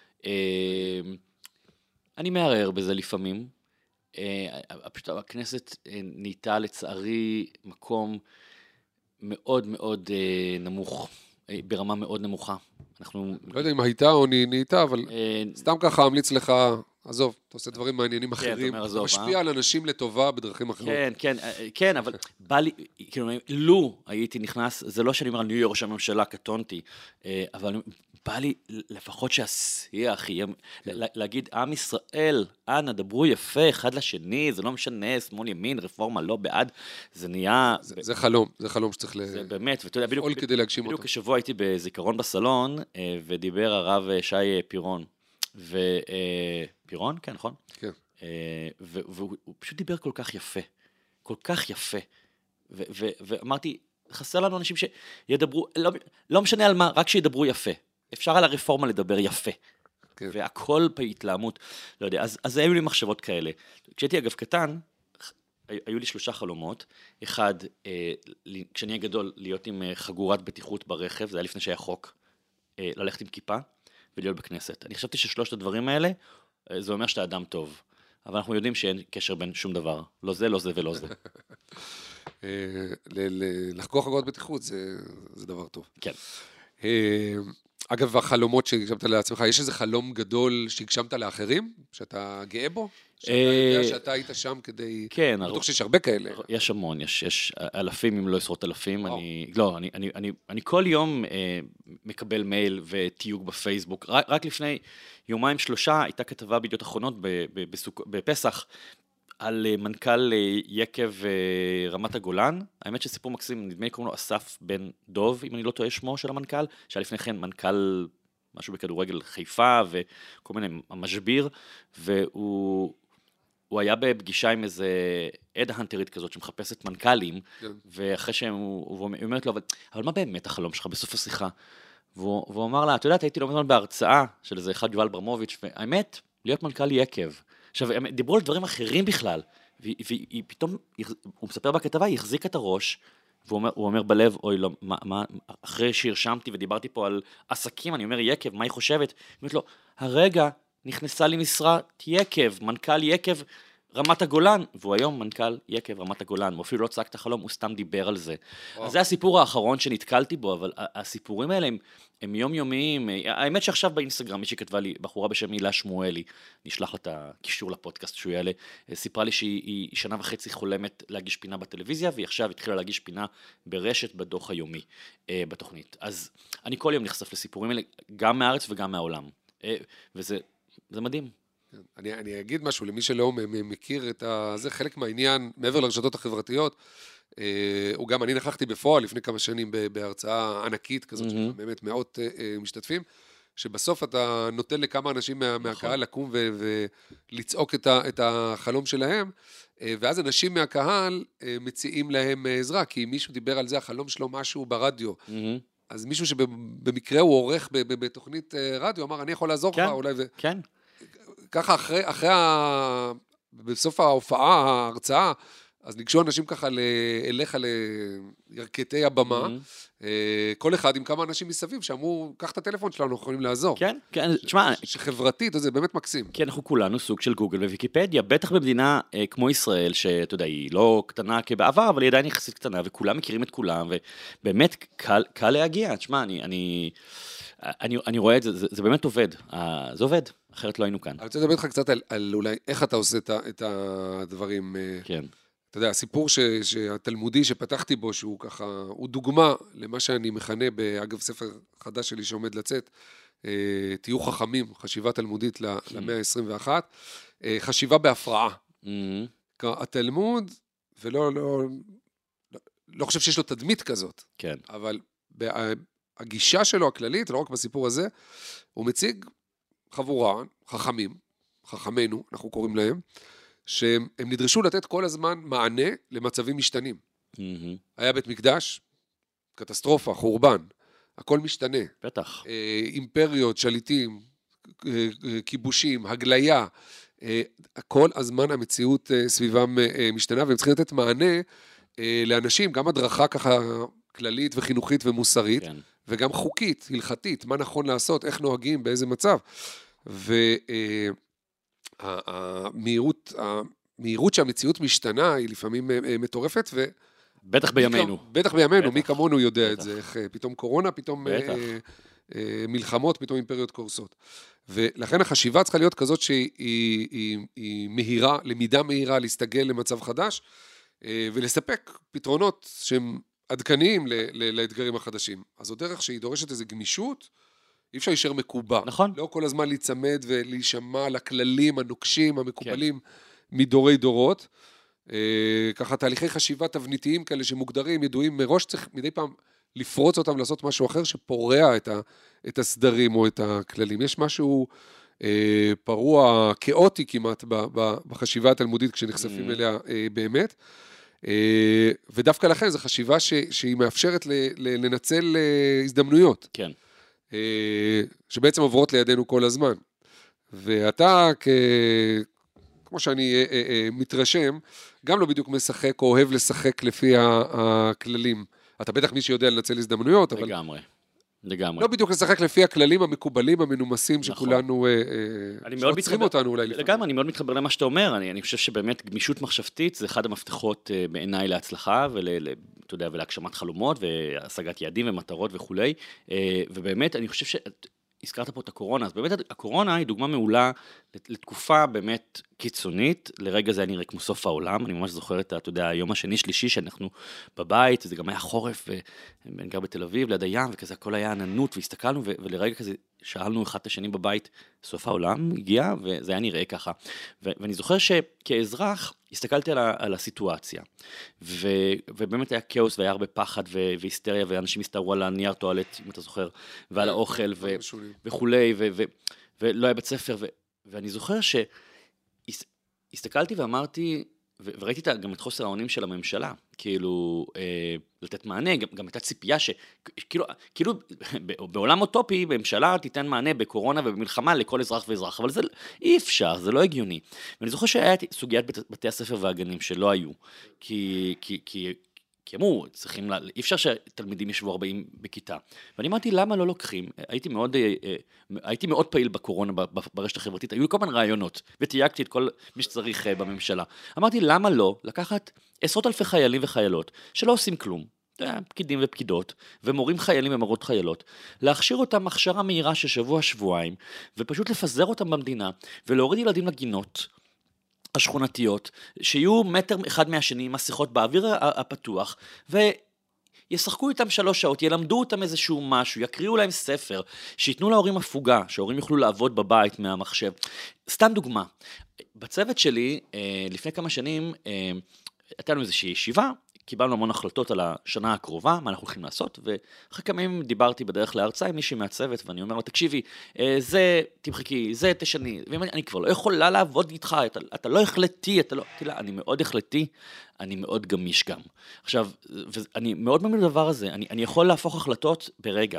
אני מערער בזה לפעמים. פשוט הכנסת נהייתה לצערי מקום מאוד מאוד נמוך, ברמה מאוד נמוכה. לא יודע אם הייתה או נהייתה, אבל סתם ככה אמליץ לך, עזוב, אתה עושה דברים מעניינים אחרים, משפיע על אנשים לטובה בדרכים אחרות. כן, אבל בא לי, כאילו, לו הייתי נכנס, זה לא שאני אומר, אני ראש הממשלה, קטונתי, אבל בא לי לפחות שהשיח יהיה, להגיד, עם ישראל, אנא, דברו יפה, אחד לשני, זה לא משנה, שמאל ימין, רפורמה, לא בעד, זה נהיה... זה חלום, זה חלום שצריך זה באמת, ואתה יודע, בדיוק כשבוע הייתי בזיכרון בסלון, ודיבר הרב שי פירון, פירון, כן, נכון? כן. והוא פשוט דיבר כל כך יפה, כל כך יפה, ואמרתי, חסר לנו אנשים שידברו, לא משנה על מה, רק שידברו יפה. אפשר על הרפורמה לדבר יפה. כן. והכל בהתלהמות, לא יודע, אז היו לי מחשבות כאלה. כשהייתי אגב קטן, היו לי 3 חלומות. אחד, כשאני אהיה גדול, להיות עם חגורת בטיחות ברכב, זה היה לפני שהיה חוק, ללכת עם כיפה ולהיות בכנסת. אני חשבתי ששלושת הדברים האלה, זה אומר שאתה אדם טוב. אבל אנחנו יודעים שאין קשר בין שום דבר. לא זה, לא זה ולא זה. לחגור חגורת בטיחות זה דבר טוב. כן. אגב, החלומות שהגשמת לעצמך, יש איזה חלום גדול שהגשמת לאחרים, שאתה גאה בו? שאתה יודע שאתה היית שם כדי... כן. אני בטוח שיש הרבה כאלה. יש המון, יש אלפים, אם לא עשרות אלפים. אני כל יום מקבל מייל ותיוג בפייסבוק. רק לפני 2-3 הייתה כתבה בידיעות אחרונות בפסח, על מנכ"ל יקב רמת הגולן. האמת שסיפור מקסים, נדמה לי קוראים לו אסף בן דוב, אם אני לא טועה שמו של המנכ"ל, שהיה לפני כן מנכ"ל משהו בכדורגל חיפה וכל מיני משביר, והוא היה בפגישה עם איזה אד-הנטרית כזאת שמחפשת מנכ"לים, ואחרי הוא אומרת לו, אבל מה באמת החלום שלך בסוף השיחה? והוא אמר לה, אתה יודע, הייתי לא מזמן בהרצאה של איזה אחד יובל אברמוביץ', והאמת, להיות מנכ"ל יקב. עכשיו, הם דיברו על דברים אחרים בכלל, והיא פתאום, הוא מספר בכתבה, היא החזיקה את הראש, והוא אומר בלב, אוי, לא, אחרי שהרשמתי ודיברתי פה על עסקים, אני אומר, יקב, מה היא חושבת? היא אומרת לו, הרגע נכנסה לי משרת יקב, מנכ"ל יקב רמת הגולן, והוא היום מנכ"ל יקב רמת הגולן, הוא אפילו לא צעק את החלום, הוא סתם דיבר על זה. אז זה הסיפור האחרון שנתקלתי בו, אבל הסיפורים האלה הם יומיומיים. האמת שעכשיו באינסטגרם, מישהי כתבה לי, בחורה בשם הילה שמואלי, נשלח לה את הקישור לפודקאסט שהוא יעלה, סיפרה לי שהיא 1.5 שנה חולמת להגיש פינה בטלוויזיה, והיא עכשיו התחילה להגיש פינה ברשת בדוח היומי בתוכנית. אז אני כל יום נחשף לסיפורים האלה, גם מהארץ וגם מהעולם. וזה מדהים. אני אגיד משהו למי שלא מכיר את זה, חלק מהעניין, מעבר לרשתות החברתיות, הוא גם, אני נכחתי בפועל לפני כמה שנים בהרצאה ענקית כזאת, באמת מאות משתתפים, שבסוף אתה נותן לכמה אנשים מהקהל לקום ולצעוק את החלום שלהם, ואז אנשים מהקהל מציעים להם עזרה, כי מישהו דיבר על זה, החלום שלו משהו ברדיו. אז מישהו שבמקרה הוא עורך בתוכנית רדיו, אמר, אני יכול לעזור לך, אולי... כן. ככה בסוף ההופעה, ההרצאה, אז ניגשו אנשים ככה אליך לירכתי הבמה, כל אחד עם כמה אנשים מסביב, שאמרו, קח את הטלפון שלנו, אנחנו יכולים לעזור. כן, כן, תשמע... שחברתית, זה באמת מקסים. כי אנחנו כולנו סוג של גוגל וויקיפדיה, בטח במדינה כמו ישראל, שאתה יודע, היא לא קטנה כבעבר, אבל היא עדיין יחסית קטנה, וכולם מכירים את כולם, ובאמת קל להגיע. תשמע, אני רואה את זה, זה באמת עובד, זה עובד, אחרת לא היינו כאן. אני רוצה לדבר איתך קצת על אולי איך אתה עושה את הדברים. כן. אתה יודע, הסיפור התלמודי שפתחתי בו, שהוא ככה, הוא דוגמה למה שאני מכנה, אגב, ספר חדש שלי שעומד לצאת, תהיו חכמים, חשיבה תלמודית למאה ה-21, חשיבה בהפרעה. התלמוד, לא חושב שיש לו תדמית כזאת, כן. אבל הגישה שלו הכללית, לא רק בסיפור הזה, הוא מציג חבורה, חכמינו, אנחנו קוראים להם, שהם נדרשו לתת כל הזמן מענה למצבים משתנים. היה בית מקדש, קטסטרופה, חורבן, הכל משתנה. בטח. אימפריות, שליטים, כיבושים, הגליה, כל הזמן המציאות סביבם משתנה, והם צריכים לתת מענה לאנשים, גם הדרכה ככה כללית וחינוכית ומוסרית, כן. וגם חוקית, הלכתית, מה נכון לעשות, איך נוהגים, באיזה מצב. המהירות שהמציאות משתנה היא לפעמים מטורפת, בטח בימינו. בטח בימינו, מי כמונו יודע את זה, איך פתאום קורונה, פתאום מלחמות, פתאום אימפריות קורסות. ולכן החשיבה צריכה להיות כזאת שהיא מהירה, למידה מהירה, להסתגל למצב חדש, ולספק פתרונות שהם עדכניים לאתגרים החדשים. אז זו דרך שהיא דורשת איזו גמישות, אי אפשר להישאר מקובע. נכון. לא כל הזמן להיצמד ולהישמע לכללים הנוקשים, המקובלים, מדורי דורות. ככה תהליכי חשיבה תבניתיים כאלה שמוגדרים, ידועים מראש, צריך מדי פעם לפרוץ אותם, לעשות משהו אחר שפורע את הסדרים או את הכללים. יש משהו פרוע, כאוטי כמעט, בחשיבה התלמודית כשנחשפים אליה באמת. ודווקא לכן זו חשיבה שהיא מאפשרת לנצל הזדמנויות. כן. שבעצם עוברות לידינו כל הזמן. ואתה, כמו שאני מתרשם, גם לא בדיוק משחק או אוהב לשחק לפי הכללים. אתה בטח מי שיודע לנצל הזדמנויות, אבל... לגמרי. לא בדיוק לשחק לפי הכללים המקובלים, המנומסים, שכולנו שעוצרים אותנו אולי לפעמים. לגמרי, אני מאוד מתחבר למה שאתה אומר, אני חושב שבאמת גמישות מחשבתית זה אחד המפתחות בעיניי להצלחה, אתה יודע, ולהגשמת חלומות, והשגת יעדים ומטרות וכו'. ובאמת, אני חושב הזכרת פה את הקורונה, אז באמת הקורונה היא דוגמה מעולה לתקופה באמת קיצונית, לרגע זה היה נראה כמו סוף העולם, אני ממש זוכר את, אתה יודע, היום השני, שלישי, שאנחנו בבית, וזה גם היה חורף, ואני גר בתל אביב, ליד הים, וכזה הכל היה עננות, והסתכלנו, ולרגע כזה שאלנו אחד את השני בבית, סוף העולם הגיע, וזה היה נראה ככה. ואני זוכר שכאזרח, הסתכלתי על הסיטואציה, ובאמת היה כאוס, והיה הרבה פחד והיסטריה, ואנשים הסתערו על הנייר טואלט, אם אתה זוכר, ועל האוכל וכולי, ולא היה בית ספר, ואני זוכר שהסתכלתי ואמרתי, וראיתי גם את חוסר האונים של הממשלה, כאילו, לתת מענה, גם הייתה ציפייה כאילו, בעולם אוטופי, בממשלה תיתן מענה בקורונה ובמלחמה לכל אזרח ואזרח, אבל זה אי אפשר, זה לא הגיוני. ואני זוכר שהיה סוגיית בתי הספר והגנים שלא היו, כי אמרו, אי אפשר שתלמידים ישבו 40 בכיתה. ואני אמרתי, למה לא לוקחים? הייתי מאוד פעיל בקורונה, ברשת החברתית, היו לי כל מיני רעיונות, ותייגתי את כל מי שצריך בממשלה. אמרתי, למה לא לקחת עשרות אלפי חיילים וחיילות, שלא עושים כלום, פקידים ופקידות, ומורים חיילים ומורות חיילות, להכשיר אותם הכשרה מהירה של שבוע-שבועיים, ופשוט לפזר אותם במדינה, ולהוריד ילדים לגינות, השכונתיות, שיהיו מטר אחד מהשני, מסכות באוויר הפתוח, וישחקו איתם 3 שעות, ילמדו אותם איזשהו משהו, יקריאו להם ספר, שיתנו להורים הפוגה, שההורים יוכלו לעבוד בבית מהמחשב. סתם דוגמה, בצוות שלי, לפני כמה שנים, הייתה לנו איזושהי ישיבה, קיבלנו המון החלטות על השנה הקרובה, מה אנחנו הולכים לעשות, ואחרי כמה ימים דיברתי בדרך להרצאה עם מישהי מהצוות, ואני אומר לו, תקשיבי, זה תמחקי, זה תשני, ואני כבר לא יכולה לעבוד איתך, אתה לא החלטי, אני מאוד החלטי, אני מאוד גמיש גם. עכשיו, אני מאוד מאמין לדבר הזה, אני יכול להפוך החלטות ברגע.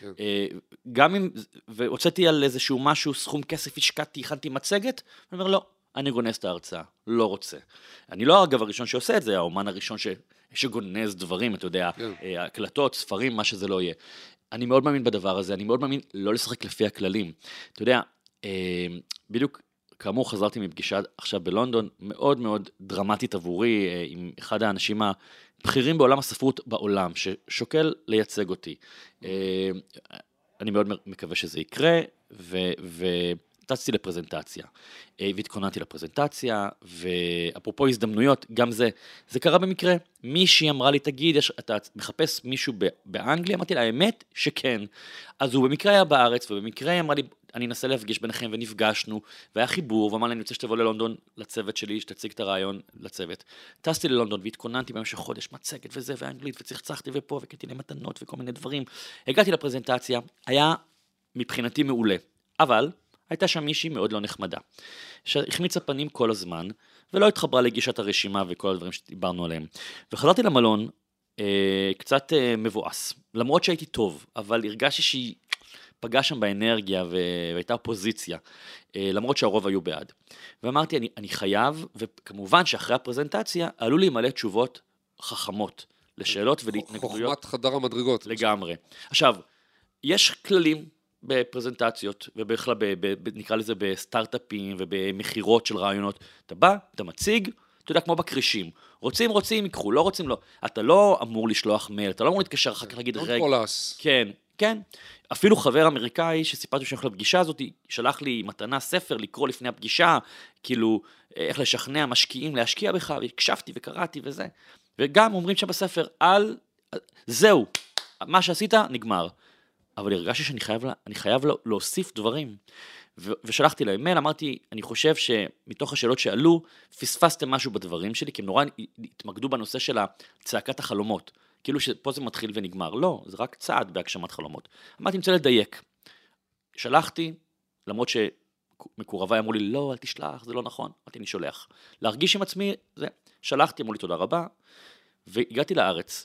גם אם, והוצאתי על איזשהו משהו, סכום כסף, השקעתי, הכנתי מצגת, אני אומר, לא, אני גונז את ההרצאה, לא רוצה. אני לא אגב הראשון שעושה את זה, האומן הראשון שגונז דברים, אתה יודע, הקלטות, ספרים, מה שזה לא יהיה. אני מאוד מאמין בדבר הזה, אני מאוד מאמין לא לשחק לפי הכללים. אתה יודע, בדיוק, כאמור חזרתי מפגישה עכשיו בלונדון, מאוד מאוד דרמטית עבורי, עם אחד האנשים הבכירים בעולם הספרות בעולם, ששוקל לייצג אותי. אני מאוד מקווה שזה יקרה, טסתי לפרזנטציה, והתכוננתי לפרזנטציה, ואפרופו הזדמנויות, גם זה קרה במקרה. מישהי אמרה לי, תגיד, אתה מחפש מישהו באנגליה? אמרתי לה, האמת שכן. אז הוא במקרה היה בארץ, ובמקרה אמרה לי, אני אנסה להפגיש ביניכם, ונפגשנו, והיה חיבור, ואמר לי, אני רוצה שתבוא ללונדון לצוות שלי, שתציג את הרעיון לצוות. טסתי ללונדון, והתכוננתי במשך חודש, מצגת וזה, ואנגלית, וצחצחתי ופה, וקראתי להם מתנות וכל מיני דברים. הגעתי לפרזנטציה, היה מבחינתי מעולה, אבל הייתה שם מישהי מאוד לא נחמדה, שהחמיצה פנים כל הזמן, ולא התחברה לגישת הרשימה וכל הדברים שדיברנו עליהם. וחזרתי למלון, קצת מבואס, למרות שהייתי טוב, אבל הרגשתי שהיא פגעה שם באנרגיה והייתה אופוזיציה, למרות שהרוב היו בעד. ואמרתי, אני חייב, וכמובן שאחרי הפרזנטציה, עלו לי מלא תשובות חכמות, לשאלות ולהתנגדויות. חוכמת חדר המדרגות. לגמרי. עכשיו, יש כללים, בפרזנטציות, ובכלל, נקרא לזה בסטארט-אפים ובמחירות של רעיונות. אתה בא, אתה מציג, אתה יודע, כמו בקרישים. רוצים, ייקחו, לא רוצים, לא. אתה לא אמור לשלוח מייל, אתה לא אמור להתקשר אחר כך להגיד רגע. כן, כן. אפילו חבר אמריקאי שסיפרתי שאני הולך לפגישה הזאת, שלח לי מתנה ספר לקרוא לפני הפגישה, כאילו, איך לשכנע משקיעים להשקיע בך, והקשבתי וקראתי וזה. וגם אומרים שם בספר, זהו, מה שעשית נגמר. אבל הרגשתי שאני חייב להוסיף דברים, ושלחתי להם מייל, אמרתי, אני חושב שמתוך השאלות שעלו, פספסתם משהו בדברים שלי, כי הם נורא התמקדו בנושא של צעקת החלומות, כאילו שפה זה מתחיל ונגמר, לא, זה רק צעד בהגשמת חלומות. אמרתי, אני רוצה לדייק, שלחתי, למרות שמקורביי אמרו לי, לא, אל תשלח, זה לא נכון, אמרתי, אני שולח. להרגיש עם עצמי, שלחתי, אמרו לי תודה רבה, והגעתי לארץ,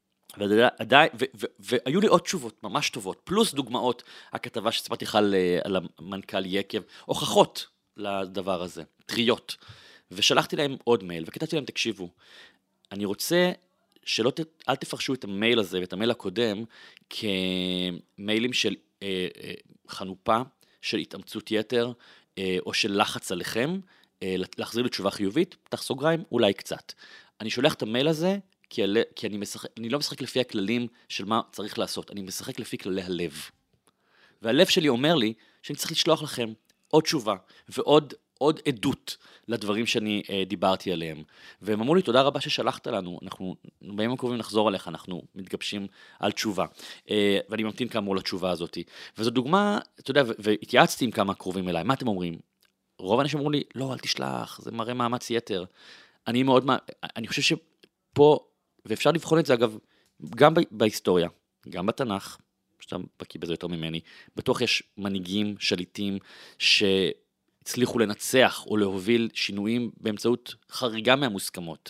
והיו לי עוד תשובות ממש טובות, פלוס דוגמאות, הכתבה שסיפרתי לך על המנכ"ל יקב, הוכחות לדבר הזה, טריות, ושלחתי להם עוד מייל, וכתבתי להם, תקשיבו, אני רוצה אל תפרשו את המייל הזה ואת המייל הקודם, כמיילים של חנופה, של התאמצות יתר, או של לחץ עליכם, להחזיר לי תשובה חיובית, פתח סוגריים, אולי קצת. אני שולח את המייל הזה, כי אני לא משחק לפי הכללים של מה צריך לעשות, אני משחק לפי כללי הלב. והלב שלי אומר לי שאני צריך לשלוח לכם עוד תשובה ועוד עדות לדברים שאני דיברתי עליהם. והם אמרו לי, תודה רבה ששלחת לנו, אנחנו בימים הקרובים נחזור עליך, אנחנו מתגבשים על תשובה. ואני ממתין כאמור לתשובה הזאת. וזו דוגמה, אתה יודע, והתייעצתי עם כמה קרובים אליי, מה אתם אומרים? רוב האנשים אמרו לי, לא, אל תשלח, זה מראה מאמץ יתר. אני חושב שפה, ואפשר לבחון את זה אגב, גם בהיסטוריה, גם בתנ"ך, שאתה בקיא בזה יותר ממני, בטוח יש מנהיגים, שליטים, שהצליחו לנצח או להוביל שינויים באמצעות חריגה מהמוסכמות.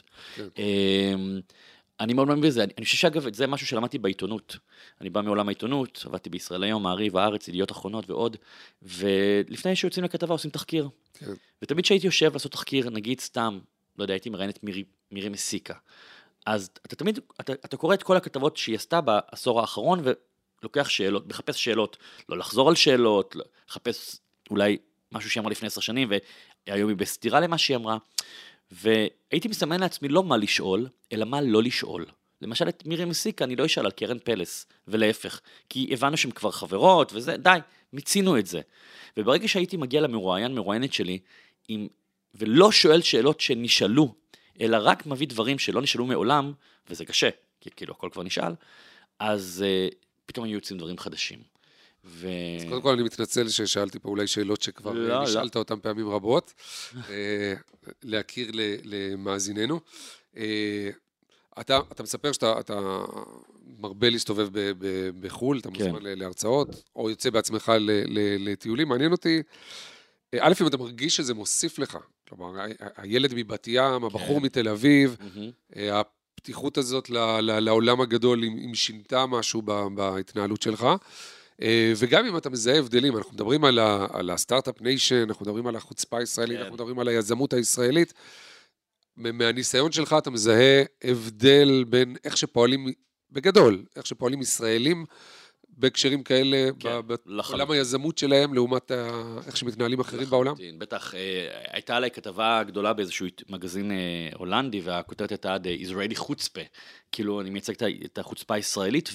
אני מאוד מאמין בזה, אני חושב שאגב, זה משהו שלמדתי בעיתונות. אני בא מעולם העיתונות, עבדתי בישראל היום, מעריב, הארץ, ידיעות אחרונות ועוד, ולפני שיוצאים לכתבה עושים תחקיר. ותמיד שהייתי יושב לעשות תחקיר, נגיד סתם, לא יודע, הייתי מראיין את מירי מסיקה. אז אתה תמיד, אתה קורא את כל הכתבות שהיא עשתה בעשור האחרון, ולוקח שאלות, מחפש שאלות, לא לחזור על שאלות, לחפש אולי משהו שהיא אמרה לפני 10 שנים, והיום היא בסתירה למה שהיא אמרה, והייתי מסמן לעצמי לא מה לשאול, אלא מה לא לשאול. למשל את מירי מסיקה, אני לא אשאל על קרן פלס, ולהפך, כי הבנו שהן כבר חברות, וזה, די, מיצינו את זה. וברגע שהייתי מגיע מרואיינת שלי, ולא שואל שאלות שנשאלו, אלא רק מביא דברים שלא נשאלו מעולם, וזה קשה, כי כאילו הכל כבר נשאל, אז פתאום היו יוצאים דברים חדשים. אז קודם כל אני מתנצל ששאלתי פה אולי שאלות שכבר נשאלת אותן פעמים רבות, להכיר למאזיננו. אתה מספר שאתה מרבה להסתובב בחו"ל, אתה מוזמן להרצאות, או יוצא בעצמך לטיולים, מעניין אותי, א', אם אתה מרגיש שזה מוסיף לך, כלומר, הילד מבת ים, הבחור מתל אביב, הפתיחות הזאת לעולם הגדול, אם שינתה משהו בהתנהלות שלך, וגם אם אתה מזהה הבדלים, אנחנו מדברים על הסטארט-אפ ניישן, אנחנו מדברים על החוצפה הישראלית, אנחנו מדברים על היזמות הישראלית, מהניסיון שלך אתה מזהה הבדל בין איך שפועלים, בגדול, איך שפועלים ישראלים, בהקשרים כאלה, בעולם היזמות שלהם, לעומת איך שמתנהלים אחרים בעולם? בטח, הייתה עליי כתבה גדולה באיזשהו מגזין הולנדי, והכותרת הייתה עד ישראלי חוצפה, כאילו אני מייצג את החוצפה הישראלית,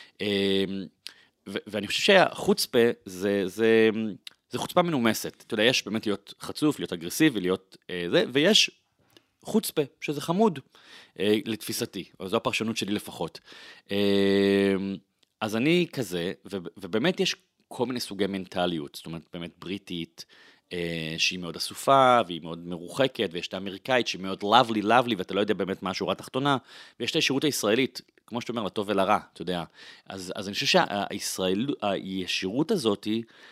ואני חושב שהחוצפה זה חוצפה מנומסת, אתה יודע, יש באמת להיות חצוף, להיות אגרסיבי, להיות זה, ויש חוצפה, שזה חמוד, לתפיסתי, אבל זו הפרשנות שלי לפחות. אז אני כזה, ובאמת יש כל מיני סוגי מנטליות, זאת אומרת, באמת בריטית, שהיא מאוד אסופה, והיא מאוד מרוחקת, ויש את האמריקאית שהיא מאוד lovely, ואתה לא יודע באמת מה השורה התחתונה, ויש את הישירות הישראלית, כמו שאתה אומר, לטוב ולרע, אתה יודע. אז אני חושב שהישירות הזאת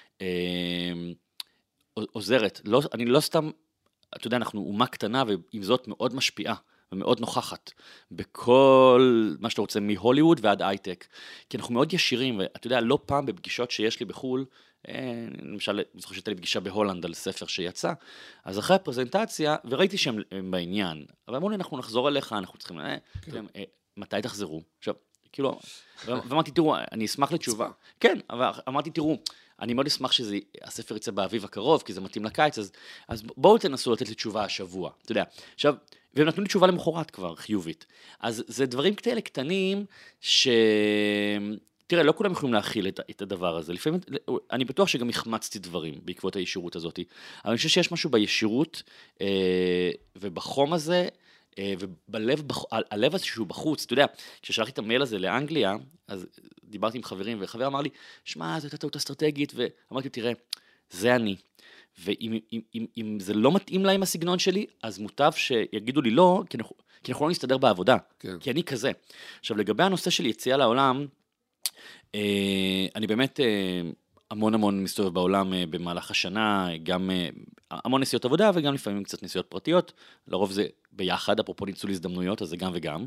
עוזרת. אני לא סתם, אתה יודע, אנחנו אומה קטנה, ועם זאת מאוד משפיעה. ומאוד נוכחת, בכל מה שאתה רוצה, מהוליווד ועד הייטק, כי אנחנו מאוד ישירים, ואתה יודע, לא פעם בפגישות שיש לי בחול, למשל, אני זוכר שהייתה לי פגישה בהולנד על ספר שיצא, אז אחרי הפרזנטציה, וראיתי שהם בעניין, אבל אמרו לי, אנחנו נחזור אליך, אנחנו צריכים, מתי תחזרו? עכשיו, כאילו, ואמרתי, תראו, אני אשמח לתשובה. כן, אבל אמרתי, תראו, אני מאוד אשמח שהספר יצא באביב הקרוב, כי זה מתאים לקיץ, אז בואו תנסו לתת לי תשובה השבוע, אתה יודע. עכשיו, והם נתנו לי תשובה למחרת כבר, חיובית. אז זה דברים כאלה קטנים, תראה, לא כולם יכולים להכיל את הדבר הזה. לפעמים, אני בטוח שגם החמצתי דברים בעקבות הישירות הזאת, אבל אני חושב שיש משהו בישירות, ובחום הזה, הלב הזה שהוא בחוץ, אתה יודע, כששלחתי את המייל הזה לאנגליה, אז דיברתי עם חברים, וחבר אמר לי, שמע, זו הייתה טעות אסטרטגית, ואמרתי, תראה, זה אני. ואם זה לא מתאים להם הסגנון שלי, אז מוטב שיגידו לי לא, כי אנחנו לא נסתדר בעבודה, כי אני כזה. עכשיו, לגבי הנושא של יציאה לעולם, אני באמת המון מסתובב בעולם במהלך השנה, גם המון נסיעות עבודה וגם לפעמים קצת נסיעות פרטיות, לרוב זה ביחד, אפרופו ניצול הזדמנויות, אז זה גם וגם.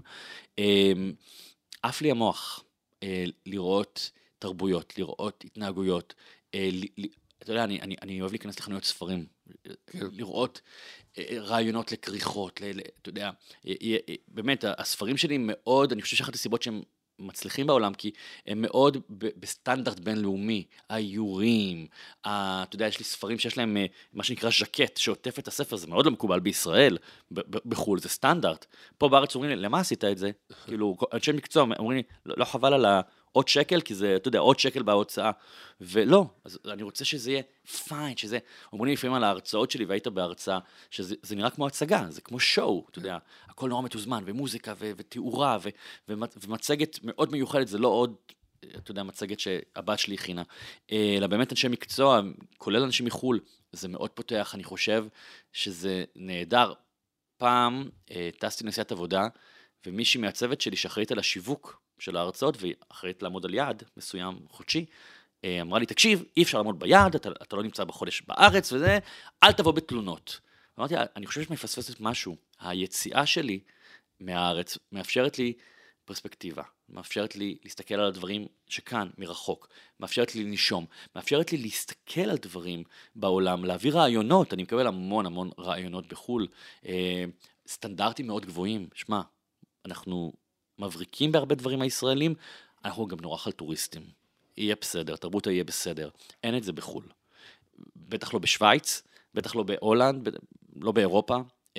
עף לי המוח לראות תרבויות, לראות התנהגויות, אתה יודע, אני אוהב להיכנס לחנויות ספרים, לראות רעיונות לכריכות, אתה יודע, באמת, הספרים שלי מאוד, אני חושב שאחת הסיבות שהם מצליחים בעולם, כי הם מאוד בסטנדרט בינלאומי, האיורים, אתה יודע, יש לי ספרים שיש להם מה שנקרא ז'קט, שעוטף את הספר, זה מאוד לא מקובל בישראל, בחול, זה סטנדרט. פה בארץ אומרים לי, למה עשית את זה? כאילו, אנשי מקצוע אומרים לי, לא חבל על עוד שקל, כי זה, אתה יודע, עוד שקל בהוצאה, ולא, אז אני רוצה שזה יהיה פיין, שזה, אומרים לי לפעמים על ההרצאות שלי, והיית בהרצאה, שזה נראה כמו הצגה, זה כמו שואו, אתה יודע, הכל נורא מתוזמן, ומוזיקה, ותיאורה, ומצגת מאוד מיוחדת, זה לא עוד, אתה יודע, מצגת שהבת שלי הכינה, אלא באמת אנשי מקצוע, כולל אנשים מחול, זה מאוד פותח, אני חושב שזה נהדר. פעם טסתי נסיעת עבודה, ומישהי מהצוות שלי שאחראית על השיווק של ההרצאות, ואחראית לעמוד על יעד מסוים חודשי, אמרה לי, תקשיב, אי אפשר לעמוד ביעד, אתה לא נמצא בחודש בארץ וזה, אל תבוא בתלונות. אמרתי, אני חושב שמפספסת משהו. היציאה שלי מהארץ מאפשרת לי פרספקטיבה, מאפשרת לי להסתכל על הדברים שכאן, מרחוק, מאפשרת לי לנשום, מאפשרת לי להסתכל על דברים בעולם, להביא רעיונות, אני מקבל המון רעיונות בחול, סטנדרטים מאוד גבוהים, שמע, אנחנו מבריקים בהרבה דברים הישראלים, אנחנו גם נורא חלטוריסטים. יהיה בסדר, תרבות יהיה בסדר. אין את זה בחול. בטח לא בשוויץ, בטח לא בהולנד, לא באירופה.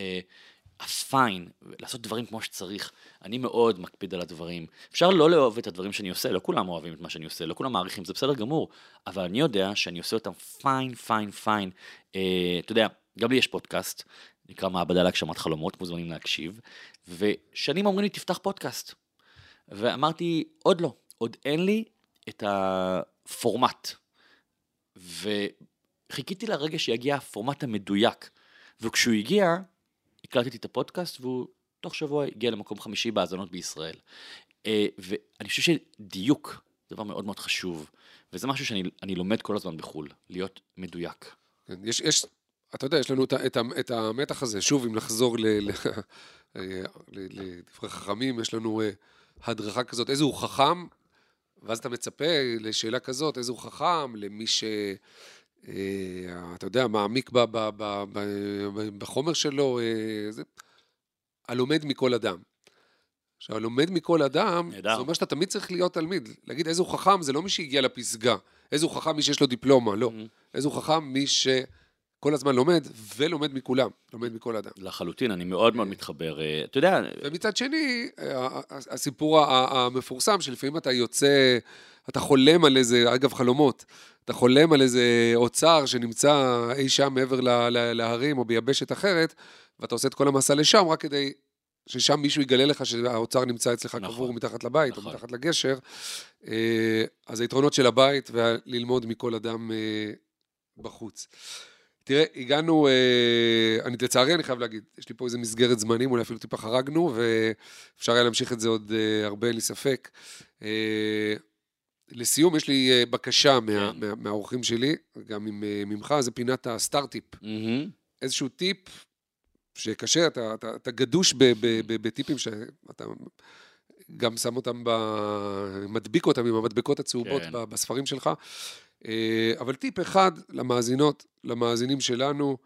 הפיין, לעשות דברים כמו שצריך. אני מאוד מקפיד על הדברים. אפשר לא לאהוב את הדברים שאני עושה, לא כולם אוהבים את מה שאני עושה, לא כולם מעריכים, זה בסדר גמור, אבל אני יודע שאני עושה אותם פיין. אתה יודע, גם לי יש פודקאסט, נקרא מעבדה להגשמת חלומות, מוזמנים להקשיב, ושנים אומרים לי, תפתח פודקאסט. ואמרתי, עוד לא, עוד אין לי את הפורמט. וחיכיתי לרגע שיגיע הפורמט המדויק, וכשהוא הגיע, הקלטתי את הפודקאסט, והוא תוך שבוע הגיע למקום 5 בהאזנות בישראל. ואני חושב שדיוק זה דבר מאוד מאוד חשוב, וזה משהו שאני לומד כל הזמן בחול, להיות מדויק. אתה יודע, יש לנו את המתח הזה, שוב, אם נחזור לדברי חכמים, יש לנו הדרכה כזאת, איזה הוא חכם, ואז אתה מצפה לשאלה כזאת, איזה הוא חכם, למי אתה יודע, מעמיק בחומר שלו, הלומד מכל אדם. עכשיו, הלומד מכל אדם, זה אומר שאתה תמיד צריך להיות תלמיד. להגיד איזה הוא חכם, זה לא מי שהגיע לפסגה. איזה הוא חכם, מי שיש לו דיפלומה, לא. איזה הוא חכם, מי שכל הזמן לומד, ולומד מכולם, לומד מכל אדם. לחלוטין, אני מאוד מאוד מתחבר. אתה יודע... ומצד שני, הסיפור המפורסם, שלפעמים אתה יוצא, אתה חולם על איזה, אגב חלומות, אתה חולם על איזה אוצר שנמצא אי שם מעבר להרים או ביבשת אחרת, ואתה עושה את כל המסע לשם, רק כדי ששם מישהו יגלה לך שהאוצר נמצא אצלך קבור מתחת לבית או מתחת לגשר. אז היתרונות של הבית וללמוד מכל אדם בחוץ. תראה, הגענו, לצערי אני חייב להגיד, יש לי פה איזה מסגרת זמנים, אולי אפילו טיפה חרגנו, ואפשר היה להמשיך את זה עוד הרבה, אין לי ספק. לסיום, יש לי בקשה מהאורחים שלי, גם ממך, זה פינת הסטארט-טיפ. איזשהו טיפ שקשה, אתה גדוש בטיפים שאתה גם שם אותם, מדביק אותם עם המדבקות הצהובות בספרים שלך, אבל טיפ אחד למאזינים שלנו,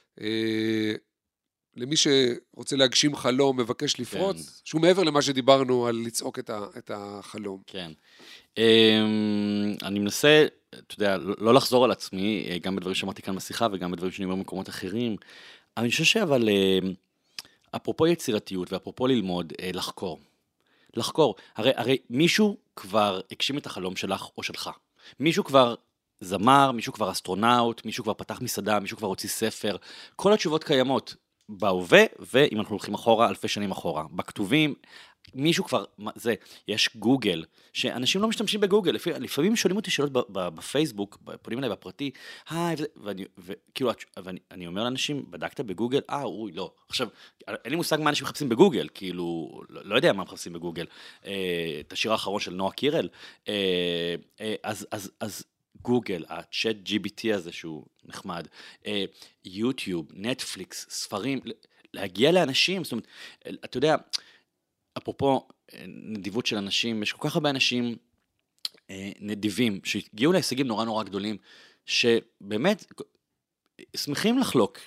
למי שרוצה להגשים חלום, מבקש לפרוץ, שהוא מעבר למה שדיברנו על לצעוק את החלום. כן. אני מנסה, אתה יודע, לא לחזור על עצמי, גם בדברים שאמרתי כאן בשיחה, וגם בדברים שאני אומר במקומות אחרים, אני חושב שאבל, אפרופו יצירתיות, ואפרופו ללמוד, לחקור. הרי מישהו כבר הגשים את החלום שלך או שלך. מישהו כבר זמר, מישהו כבר אסטרונאוט, מישהו כבר פתח מסעדה, מישהו כבר הוציא ספר. כל התשובות קיימות בהווה, ואם אנחנו הולכים אחורה, אלפי שנים אחורה. בכתובים, מישהו כבר, יש גוגל, שאנשים לא משתמשים בגוגל, לפעמים שואלים אותי שאלות בפייסבוק, פונים אליי בפרטי, וכאילו, ואני אומר לאנשים, בדקת בגוגל? אוי, לא. עכשיו, אין לי מושג מה אנשים מחפשים בגוגל, כאילו, לא יודע מה מחפשים בגוגל. את השיר האחרון של נועה קירל, אז גוגל, הצ'אט GPT הזה שהוא נחמד, יוטיוב, נטפליקס, ספרים, להגיע לאנשים, זאת אומרת, אתה יודע, אפרופו נדיבות של אנשים, יש כל כך הרבה אנשים נדיבים, שהגיעו להישגים נורא נורא גדולים, שבאמת שמחים לחלוק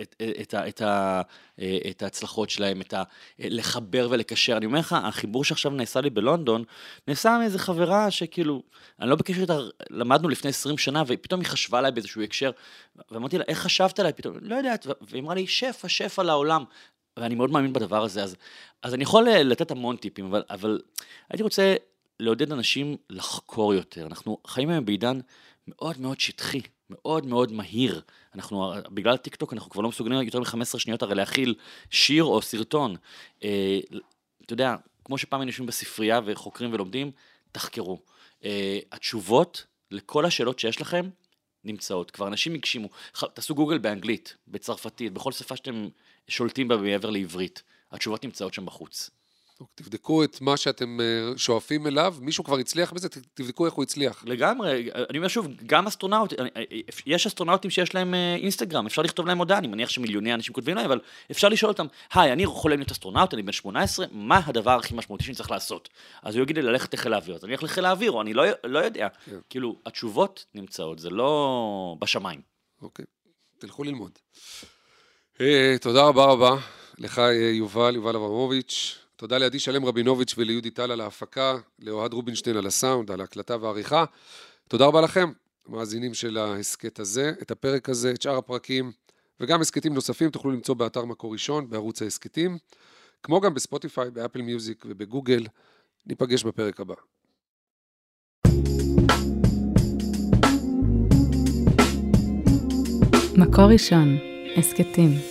את ההצלחות שלהם, לחבר ולקשר. אני אומר לך, החיבור שעכשיו נעשה לי בלונדון, נעשה מאיזה חברה שכאילו, אני לא בקשר איתה, למדנו לפני 20 שנה, ופתאום היא חשבה עליי באיזשהו הקשר, ואמרתי לה, איך חשבת עליי פתאום? לא יודעת, והיא אמרה לי, שפע לעולם. ואני מאוד מאמין בדבר הזה, אז אני יכול לתת המון טיפים, אבל הייתי רוצה לעודד אנשים לחקור יותר. אנחנו חיים היום בעידן מאוד מאוד שטחי, מאוד מאוד מהיר. בגלל טיקטוק אנחנו כבר לא מסוגלים יותר מ-15 שניות הרי להכיל שיר או סרטון. אתה יודע, כמו שפעם יושבים בספרייה וחוקרים ולומדים, תחקרו. התשובות לכל השאלות שיש לכם נמצאות. כבר אנשים הגשימו. תעשו גוגל באנגלית, בצרפתית, בכל שפה שאתם שולטים בה מעבר לעברית. התשובות נמצאות שם בחוץ. תבדקו את מה שאתם שואפים אליו, מישהו כבר הצליח בזה, תבדקו איך הוא הצליח. לגמרי, אני אומר שוב, גם אסטרונאוט, יש אסטרונאוטים שיש להם אינסטגרם, אפשר לכתוב להם הודעה, אני מניח שמיליוני אנשים כותבים להם, אבל אפשר לשאול אותם, היי, אני חולם להיות אסטרונאוט, אני בן 18, מה הדבר הכי משמעותי שאני צריך לעשות? אז הוא יגיד לי ללכת לחיל האוויר, אז אני אלך לחיל האוויר, או אני לא יודע. כאילו, התשובות נמצאות, זה לא בשמיים. אוקיי, תלכו ללמוד. תודה רבה לך יובל אברמוביץ'. תודה לעדי שלם רבינוביץ' וליהודי טל על ההפקה, לאוהד רובינשטיין על הסאונד, על ההקלטה והעריכה. תודה רבה לכם, המאזינים של ההסקט הזה, את הפרק הזה, את שאר הפרקים, וגם הסקטים נוספים תוכלו למצוא באתר מקור ראשון, בערוץ ההסקטים, כמו גם בספוטיפיי, באפל מיוזיק ובגוגל. ניפגש בפרק הבא. מקור ראשון, הסקטים.